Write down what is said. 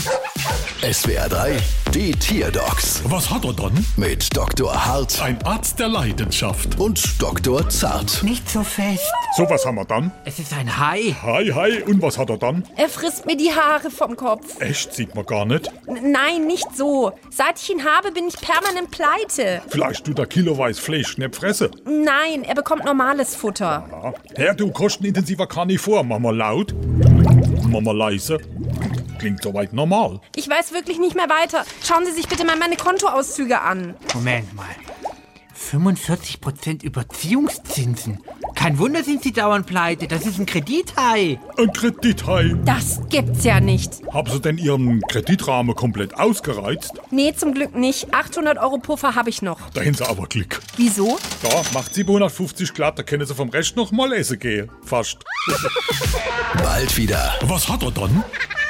SWR 3, die Tierdocs Was hat er dann? mit Dr. Hart Ein Arzt der Leidenschaft. und Dr. Zart. Nicht so fest. So, was haben wir dann? Es ist ein Hai. Hi, und was hat er dann? Er frisst mir die Haare vom Kopf. Echt, sieht man gar nicht. Nein, nicht so. Seit ich ihn habe, bin ich permanent pleite. Vielleicht du da kiloweise Fleisch nicht fressen. Nein, er bekommt normales Futter. Ja. Herr, du kostenintensiver Karnivor. Mama laut, Mama leise. Klingt soweit normal. Ich weiß wirklich nicht mehr weiter. Schauen Sie sich bitte mal meine Kontoauszüge an. Moment mal. 45% Überziehungszinsen. Kein Wunder sind Sie dauernd pleite. Das ist ein Kredithai. Ein Kredithai. Das gibt's ja nicht. Haben Sie denn Ihren Kreditrahmen komplett ausgereizt? Nee, zum Glück nicht. 800 € Puffer habe ich noch. Da haben Sie aber Glück. Wieso? Da, macht 750 glatt, da können Sie vom Rest noch mal essen gehen. Fast. Bald wieder. Was hat er dann?